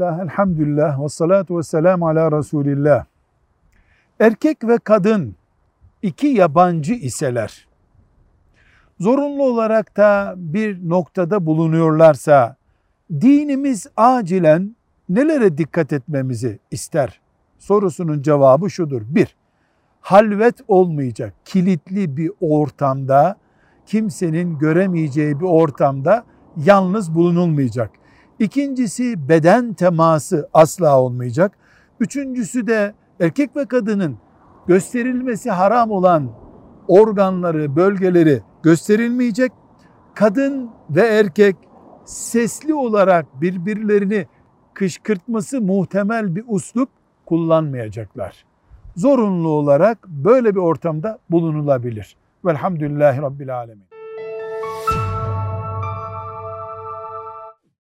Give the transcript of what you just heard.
Bismillah, elhamdülillah, ve salatu ve selamu ala Resulillah. Erkek ve kadın iki yabancı iseler, zorunlu olarak da bir noktada bulunuyorlarsa, dinimiz acilen nelere dikkat etmemizi ister? Sorusunun cevabı şudur. 1. Halvet olmayacak, kilitli bir ortamda, kimsenin göremeyeceği bir ortamda yalnız bulunulmayacak. İkincisi, beden teması asla olmayacak. Üçüncüsü de erkek ve kadının gösterilmesi haram olan organları, bölgeleri gösterilmeyecek. Kadın ve erkek sesli olarak birbirlerini kışkırtması muhtemel bir üslup kullanmayacaklar. Zorunlu olarak böyle bir ortamda bulunulabilir. Velhamdülillahi Rabbil Alemin.